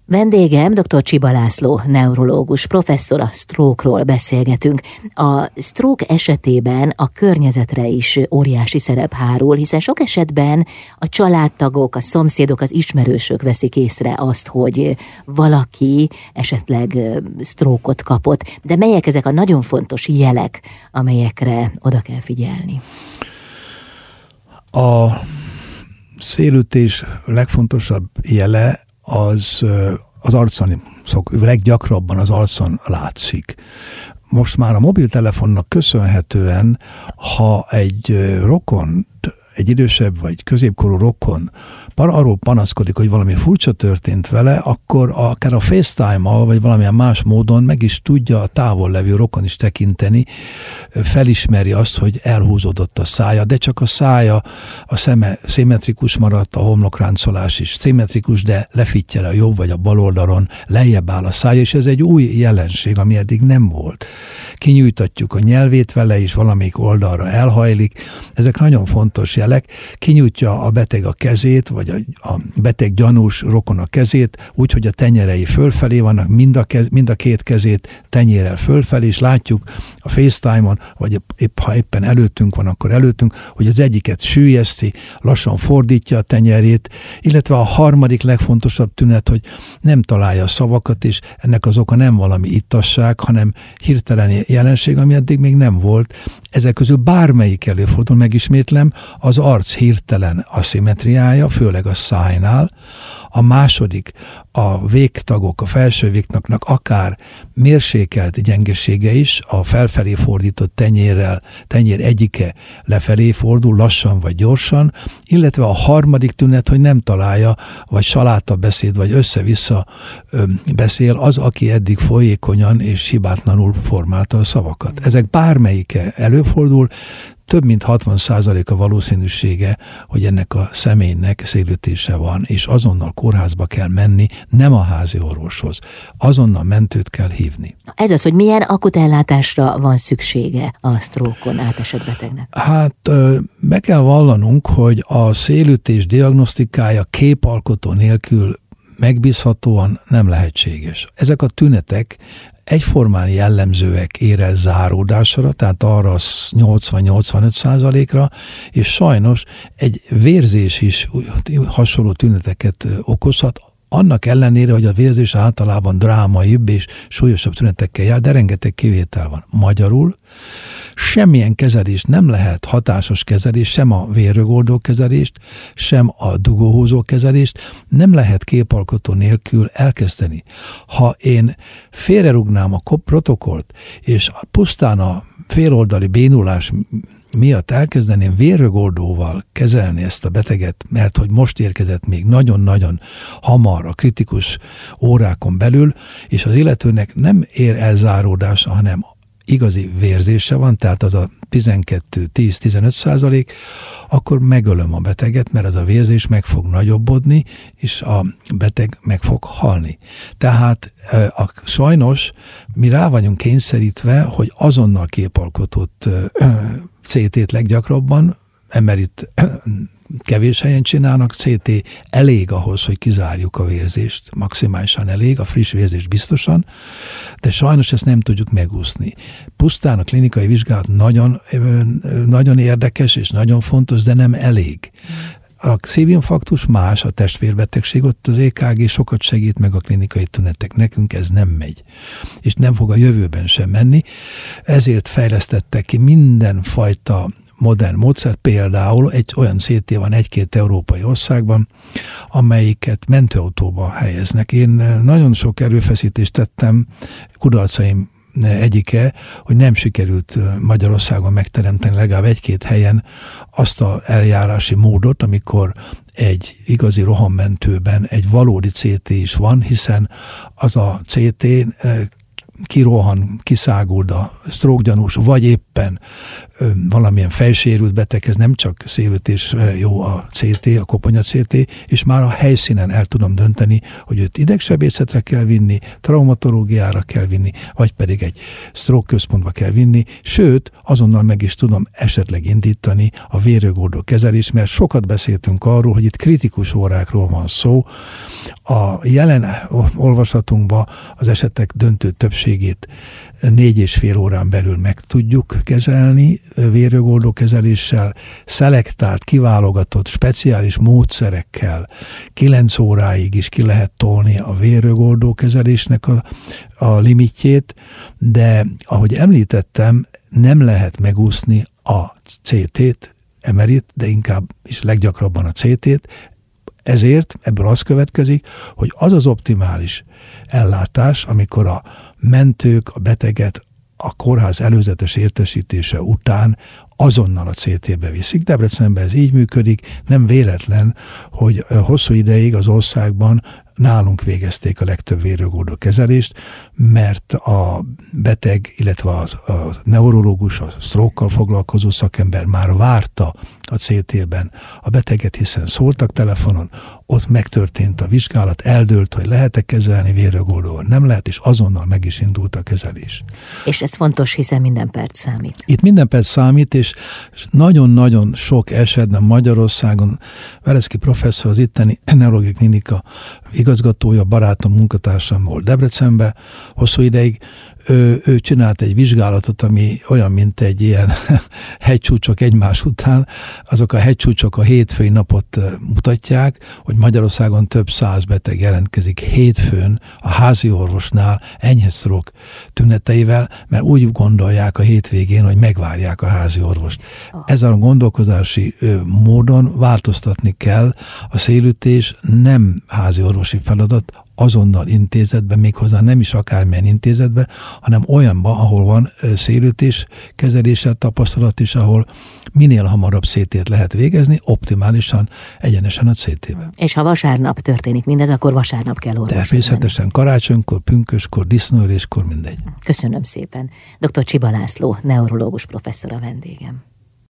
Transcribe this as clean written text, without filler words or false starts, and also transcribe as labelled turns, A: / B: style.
A: Vendégem dr. Csiba László, neurológus, professzor, a stroke-ról beszélgetünk. A stroke esetében a környezetre is óriási szerep hárul, hiszen sok esetben a családtagok, a szomszédok, az ismerősök veszik észre azt, hogy valaki esetleg stroke-ot kapott. De melyek ezek a nagyon fontos jelek, amelyekre oda kell figyelni?
B: A szélütés legfontosabb jele az arcon, leggyakrabban az arcon látszik. Most már a mobiltelefonnak köszönhetően, ha egy rokon, egy idősebb vagy középkorú rokon arról panaszkodik, hogy valami furcsa történt vele, akkor akár a FaceTime-mal, vagy valamilyen más módon meg is tudja a távol levő rokon is tekinteni, felismeri azt, hogy elhúzódott a szája, de csak a szája, a szeme szimmetrikus maradt, a homlokráncolás is szimmetrikus, de lefittyel a jobb vagy a bal oldalon, lejjebb áll a szája, és ez egy új jelenség, ami eddig nem volt. Kinyújtatjuk a nyelvét vele, és valamelyik oldalra elhajlik. Ezek nagyon fontos jelek. Kinyújtja a beteg a kezét, vagy a beteg gyanús rokon a kezét, úgy, hogy a tenyerei fölfelé vannak, mind a két kezét tenyérrel fölfelé, és látjuk a FaceTime-on, vagy ha éppen előttünk van, akkor előttünk, hogy az egyiket süllyeszti, lassan fordítja a tenyerét, illetve a harmadik legfontosabb tünet, hogy nem találja a szavakat, és ennek az oka nem valami ittasság, hanem hirtelen jelenség, ami eddig még nem volt. Ezek közül bármelyik előfordul, megismétlem, az arc hirtelen aszimmetriája, főleg a szájnál. A második, a végtagok, a felső végtagnak akár mérsékelt gyengesége is, a felfelé fordított tenyér egyike lefelé fordul, lassan vagy gyorsan, illetve a harmadik tünet, hogy nem találja, vagy saláta beszéd, vagy össze-vissza beszél az, aki eddig folyékonyan és hibátlanul formálta a szavakat. Ezek bármelyike előfordul, több mint 60% a valószínűsége, hogy ennek a személynek szélütése van, és azonnal kórházba kell menni, nem a házi orvoshoz. Azonnal mentőt kell hívni.
A: Ez az, hogy milyen akut ellátásra van szüksége a stroke-on átesett betegnek?
B: Hát be kell vallanunk, hogy a szélütés diagnosztikája képalkotó nélkül megbízhatóan nem lehetséges. Ezek a tünetek egyformán jellemzőek érez záródásra, tehát arra 80-85%-ra, és sajnos egy vérzés is hasonló tüneteket okozhat, annak ellenére, hogy a vérzés általában drámaibb és súlyosabb tünetekkel jár, de rengeteg kivétel van. Magyarul semmilyen kezelés nem lehet hatásos kezelés, sem a vérrögoldó kezelést, sem a dugóhúzó kezelést nem lehet képalkotó nélkül elkezdeni. Ha én félrerúgnám a protokollt, és pusztán a féloldali bénulás miatt elkezdeném vérrögoldóval kezelni ezt a beteget, mert hogy most érkezett még nagyon-nagyon hamar a kritikus órákon belül, és az illetőnek nem ér elzáródása, hanem igazi vérzése van, tehát az a 12-10-15%, akkor megölöm a beteget, mert az a vérzés meg fog nagyobbodni, és a beteg meg fog halni. Tehát sajnos mi rá vagyunk kényszerítve, hogy azonnal képalkotott CT-t leggyakrabban, MRI-t kevés helyen csinálnak, CT elég ahhoz, hogy kizárjuk a vérzést, maximálisan elég, a friss vérzés biztosan, de sajnos ezt nem tudjuk megúszni. Pusztán a klinikai vizsgálat nagyon, nagyon érdekes és nagyon fontos, de nem elég. A szívinfarktus más, a testvérbetegség, ott az EKG sokat segít, meg a klinikai tünetek. Nekünk ez nem megy, és nem fog a jövőben sem menni. Ezért fejlesztettek ki mindenfajta modern módszert, például egy olyan CT van egy-két európai országban, amelyiket mentőautóba helyeznek. Én nagyon sok erőfeszítést tettem, kudarcaim egyike, hogy nem sikerült Magyarországon megteremteni legalább egy-két helyen azt az eljárási módot, amikor egy igazi rohammentőben egy valódi CT is van, hiszen az a CT kirohan, kiszáguld a stroke gyanús, vagy éppen éppen valamilyen fejsérült beteghez nem csak szélütésre jó a CT, a koponya CT, és már a helyszínen el tudom dönteni, hogy őt idegsebészetre kell vinni, traumatológiára kell vinni, vagy pedig egy stroke központba kell vinni, sőt, azonnal meg is tudom esetleg indítani a vérrögoldó kezelést, mert sokat beszéltünk arról, hogy itt kritikus órákról van szó. A jelen olvasatunkban az esetek döntő többségét 4,5 órán belül meg tudjuk kezelni vérrögoldó kezeléssel, szelektált, kiválogatott, speciális módszerekkel 9 óráig is ki lehet tolni a vérrögoldó kezelésnek a limitjét, de ahogy említettem, nem lehet megúszni a CT-t, MRI-t, de inkább is leggyakrabban a CT-t, ezért ebből az következik, hogy az az optimális ellátás, amikor a mentők a beteget a kórház előzetes értesítése után azonnal a CT-be viszik. Debrecenben ez így működik, nem véletlen, hogy hosszú ideig az országban nálunk végezték a legtöbb vérrögoldó kezelést, mert a beteg, illetve a neurológus, a stroke-kal foglalkozó szakember már várta a CT-ben a beteget, hiszen szóltak telefonon, ott megtörtént a vizsgálat, eldőlt, hogy lehet-e kezelni vérrögoldóval, nem lehet, és azonnal meg is indult a kezelés.
A: És ez fontos, hiszen minden perc számít.
B: Itt minden perc számít, és nagyon-nagyon sok esetben Magyarországon Veleszki professzor, az itteni neurológiai klinika igazgatója, barátom, munkatársam volt Debrecenben hosszú ideig, ő csinált egy vizsgálatot, ami olyan, mint egy ilyen hegycsúcsok egymás után. Azok a hegycsúcsok a hétfői napot mutatják, hogy Magyarországon több 100 beteg jelentkezik hétfőn a házi orvosnál enyhe stroke tüneteivel, mert úgy gondolják a hétvégén, hogy megvárják a házi orvost. Ezen a gondolkozási módon változtatni kell. A szélütés nem házi orvosi feladat, azonnal intézetben, méghozzá nem is akármilyen intézetben, hanem olyanban, ahol van szélütés kezeléssel tapasztalat is, ahol minél hamarabb CT-t lehet végezni, optimálisan, egyenesen a CT-ben.
A: És ha vasárnap történik mindez, akkor vasárnap kell orvoshoz menni.
B: Természetesen karácsonykor, pünköskor, disznóüléskor, mindegy.
A: Köszönöm szépen. Dr. Csiba László, neurológus professzor a vendégem.